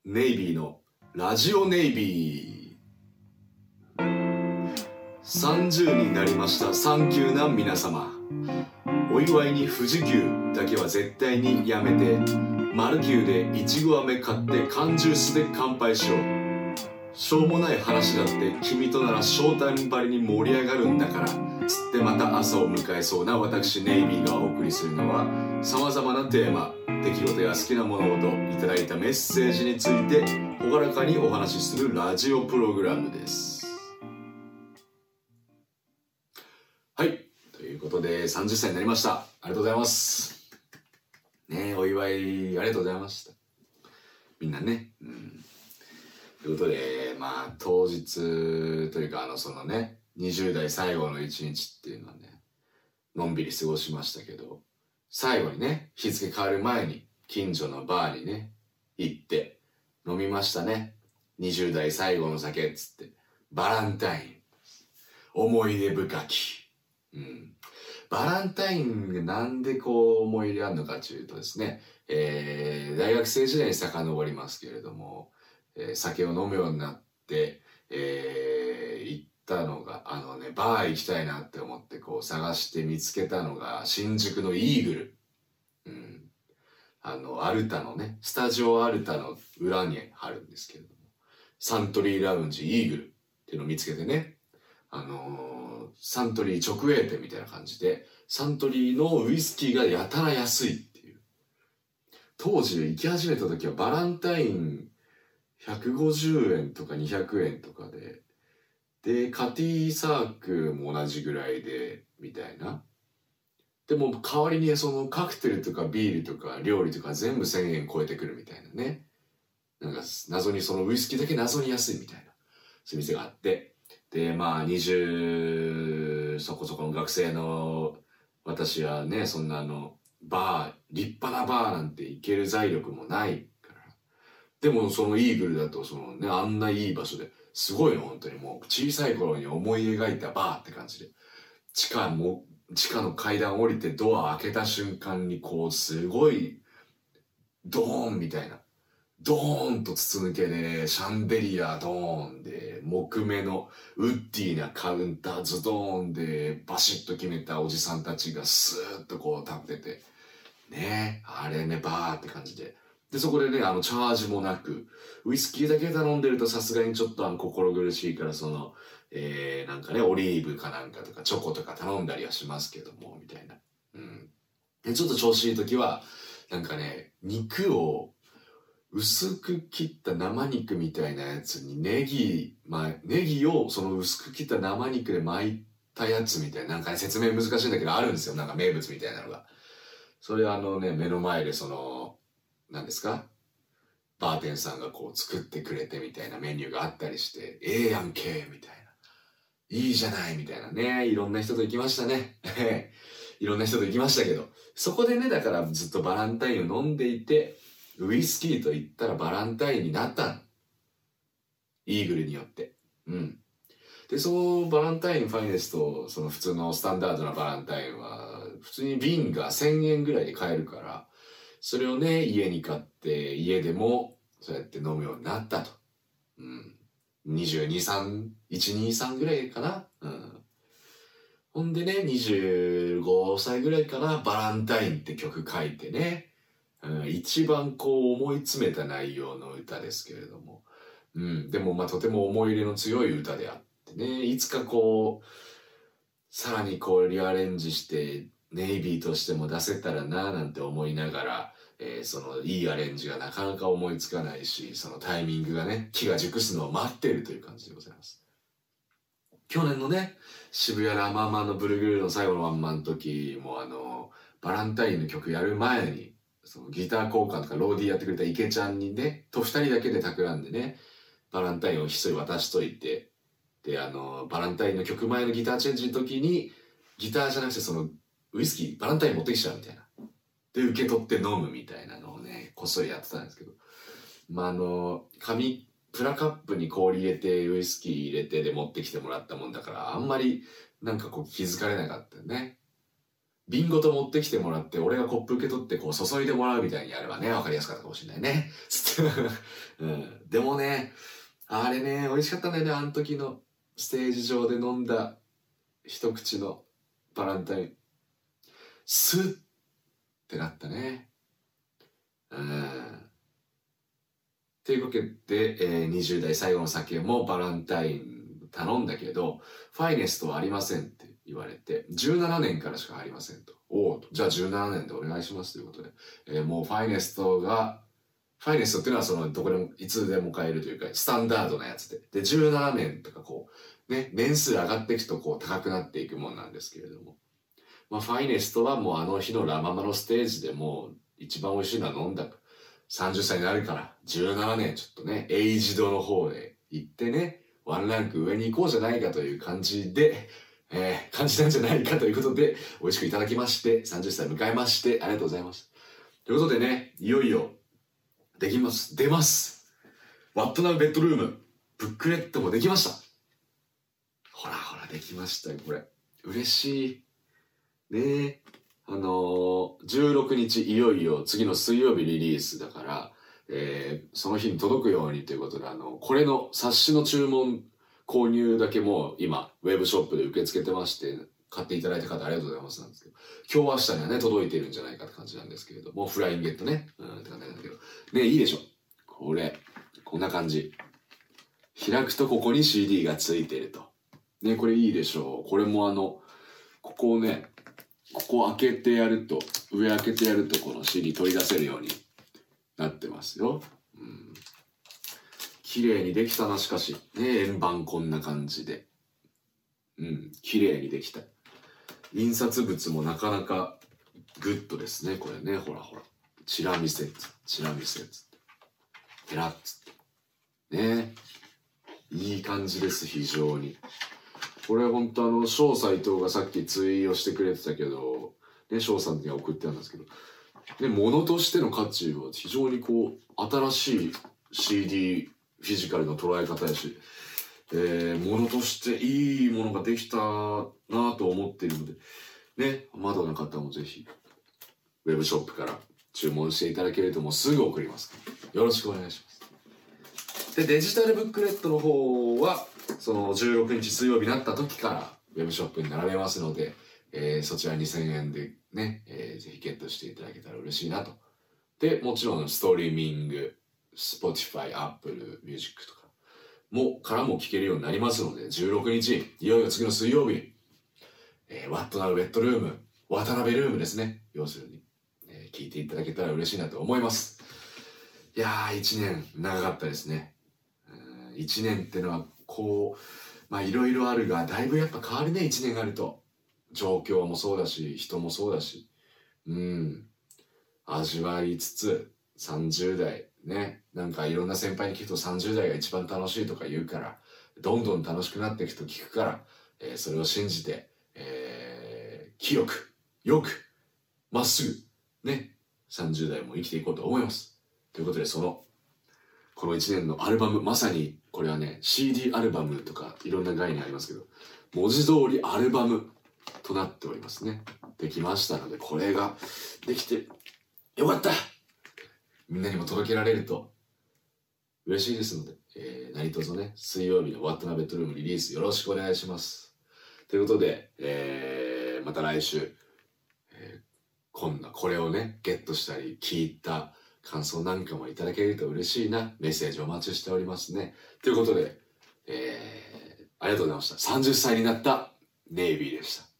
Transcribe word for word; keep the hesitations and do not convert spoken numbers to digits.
ネイビーのラジオネイビー。さんじゅうになりました。サンキューな皆様。お祝いに富士牛だけは絶対にやめて、マルキューでいちご飴買って缶ジュースで乾杯しよう。しょうもない話だって君とならショータイムばりに盛り上がるんだから、つってまた朝を迎えそうな私ネイビーがお送りするのは、様々なテーマ、出来事や好きな物事、いただいたメッセージについて朗らかにお話しするラジオプログラムです。はい、ということでさんじゅっさいになりました。ありがとうございます。ねえ、お祝いありがとうございました。みんなね。うん、ということで、まあ当日というかあのそのね、にじゅう代最後の一日っていうのはね、のんびり過ごしましたけど、最後にね、日付変わる前に近所のバーにね、行って飲みましたね。にじゅう代最後の酒っつって、バランタイン。思い出深き。うん。バランタインがなんでこう思い入れあるのかというとですね、えー、大学生時代に遡りますけれども、えー、酒を飲むようになって、えー、行ったのが、あのね、バー行きたいなって思ってこう探して見つけたのが、新宿のイーグル。うん。あの、アルタのね、スタジオアルタの裏にあるんですけれども、サントリーラウンジイーグルっていうのを見つけてね、あのー、サントリー直営店みたいな感じで、サントリーのウイスキーがやたら安いっていう。当時行き始めた時はバランタインひゃくごじゅうえんとかにひゃくえんとかで、で、カティーサークも同じぐらいで、みたいな。でも代わりにそのカクテルとかビールとか料理とか全部せんえん超えてくるみたいなね。なんか謎にそのウイスキーだけ謎に安いみたいな。そういう店があって。で、まあにじゅうそこそこの学生の私はね、そんなあの、バー、立派なバーなんて行ける財力もないから。でもそのイーグルだとそのね、あんないい場所ですごいの、本当にもう小さい頃に思い描いたバーって感じで。地下も、地下の階段降りてドア開けた瞬間にこうすごいドーンみたいな。ドーンと筒抜けで、シャンデリアドーンで、木目のウッディなカウンターズドーンで、バシッと決めたおじさんたちがスーッとこう立ってて、ね、あれね、バーって感じで。で、そこでね、あの、チャージもなく、ウイスキーだけ頼んでるとさすがにちょっとあの、心苦しいから、その、えー、なんかね、オリーブかなんかとか、チョコとか頼んだりはしますけども、みたいな。うん。で、ちょっと調子いい時は、なんかね、肉を、薄く切った生肉みたいなやつにネギ、まあ、ネギをその薄く切った生肉で巻いたやつみたいな、なんかね、説明難しいんだけどあるんですよ。なんか名物みたいなのが。それあのね、目の前でその、何ですかバーテンさんがこう作ってくれてみたいなメニューがあったりして、ええやんけみたいな。いいじゃないみたいなね。いろんな人と行きましたね。いろんな人と行きましたけど。そこでね、だからずっとバランタインを飲んでいて、ウイスキーと言ったらバランタインになったの。イーグルによって。うん。で、そのバランタインファイネスト、その普通のスタンダードなバランタインは、普通に瓶がせんえんぐらいで買えるから、それをね、家に買って、家でもそうやって飲むようになったと。うん。にじゅうに、さん、いち、に、さんぐらいかな。うん。ほんでね、にじゅうごさいぐらいかな、バランタインって曲書いてね、うん、一番こう思い詰めた内容の歌ですけれども、うん、でもまあとても思い入れの強い歌であってね、いつかこう、さらにこうリアレンジして、ネイビーとしても出せたらななんて思いながら、えー、そのいいアレンジがなかなか思いつかないし、そのタイミングがね、気が熟すのを待っているという感じでございます。去年のね、渋谷ラママのブルグルーの最後のワンマンの時もあの、バランタインの曲やる前に、そのギター交換とかローディーやってくれた池ちゃんにね、と二人だけで企んでね、バランタインをひっそり渡しといて、で、あの、バランタインの曲前のギターチェンジの時に、ギターじゃなくてその、ウイスキー、バランタイン持ってきちゃうみたいな。で、受け取って飲むみたいなのをね、こっそりやってたんですけど、まあ、あの、紙、プラカップに氷入れて、ウイスキー入れてで持ってきてもらったもんだから、あんまりなんかこう気づかれなかったよね。 瓶ごと持ってきてもらって、俺がコップ受け取ってこう注いでもらうみたいにやればね、わかりやすかったかもしれないね。うん、でもね、あれね、美味しかったんだよね、あの時のステージ上で飲んだ一口のバランタイン。スッってなったね。うん。というわけで、えー、にじゅう代最後の酒もバランタイン頼んだけど、ファイネストはありませんって言われて、じゅうななねんからしかありませんと。おお、じゃあじゅうななねんでお願いしますということで、えー、もうファイネストが、ファイネストっていうのはそのどこでもいつでも買えるというかスタンダードなやつで、でじゅうななねんとかこうね、年数上がっていくとこう高くなっていくもんなんですけれども、まあファイネストはもうあの日のラ・ママのステージでもう一番美味しいのは飲んだ。さんじゅっさいになるからじゅうななねんちょっとね、エイジドの方で行ってね、ワンランク上に行こうじゃないかという感じで、えー、感じたんじゃないかということで、美味しくいただきまして、さんじゅっさい迎えまして、ありがとうございます。ということでね、いよいよ、できます。出ます。ワットナウベッドルーム、ブックレットもできました。ほらほら、できましたよ、これ。嬉しい。ねえ。あのー、じゅうろくにちいよいよ次の水曜日リリースだから、えー、その日に届くようにということで、あの、これの冊子の注文購入だけも今、ウェブショップで受け付けてまして、買っていただいた方ありがとうございますなんですけど、今日明日にはね、届いてるんじゃないかって感じなんですけれども、フラインゲットね、うん、って感じなんだけど、ね、いいでしょ。これ、こんな感じ。開くとここに シーディー がついてると。ね、これいいでしょう。これもあの、ここをね、ここ開けてやると、上開けてやるとこの シーディー 取り出せるようになってますよ。うん。綺麗にできたな、しかし。ね、円盤こんな感じで。うん、綺麗にできた。印刷物もなかなかグッドですね、これね。ほらほら。チラ見せ、チラ見せ。ペラッつって。ね。いい感じです、非常に。これ本当あの、翔斎藤がさっきツイートしてくれてたけど、ね、翔さんには送ってあるんですけど、ね、物としての価値は非常にこう、新しい シーディー フィジカルの捉え方やし、えー、物としていいものができたなと思っているので、ね、まだの方もぜひ、ウェブショップから注文していただけるともうすぐ送ります。よろしくお願いします。で、デジタルブックレットの方は、そのじゅうろくにち水曜日になった時からウェブショップに並べますので、えー、そちらにせんえんでね、えー、ぜひゲットしていただけたら嬉しいなと。で、もちろんストリーミング、Spotify、Apple Music とかも、からも聴けるようになりますので、じゅうろくにち、いよいよ次の水曜日、えー、ワットナウベッドルーム、渡辺ルームですね。要するに、えー、聞いていただけたら嬉しいなと思います。いやー、一年長かったですね。一年ってのはこう、まあいろいろあるが、だいぶやっぱ変わるね、一年あると。状況もそうだし、人もそうだし。うん。味わいつつ、さんじゅう代、ね。なんかいろんな先輩に聞くとさんじゅう代が一番楽しいとか言うから、どんどん楽しくなっていくと聞くから、えー、それを信じて、えー、清く、よく、まっすぐ、ね。さんじゅう代も生きていこうと思います。ということで、その、このいちねんのアルバム、まさにこれはね シーディー アルバムとかいろんな概念ありますけど、文字通りアルバムとなっておりますね。できましたので、これができてよかった、みんなにも届けられると嬉しいですので、えー、何卒ね、水曜日のワットナベッドルームリリースよろしくお願いします。ということで、えー、また来週、えー、今度これをねゲットしたり聞いた感想なんかもいただけると嬉しいな。メッセージお待ちしておりますね。ということで、えー、ありがとうございました。さんじゅっさいになったネイビーでした。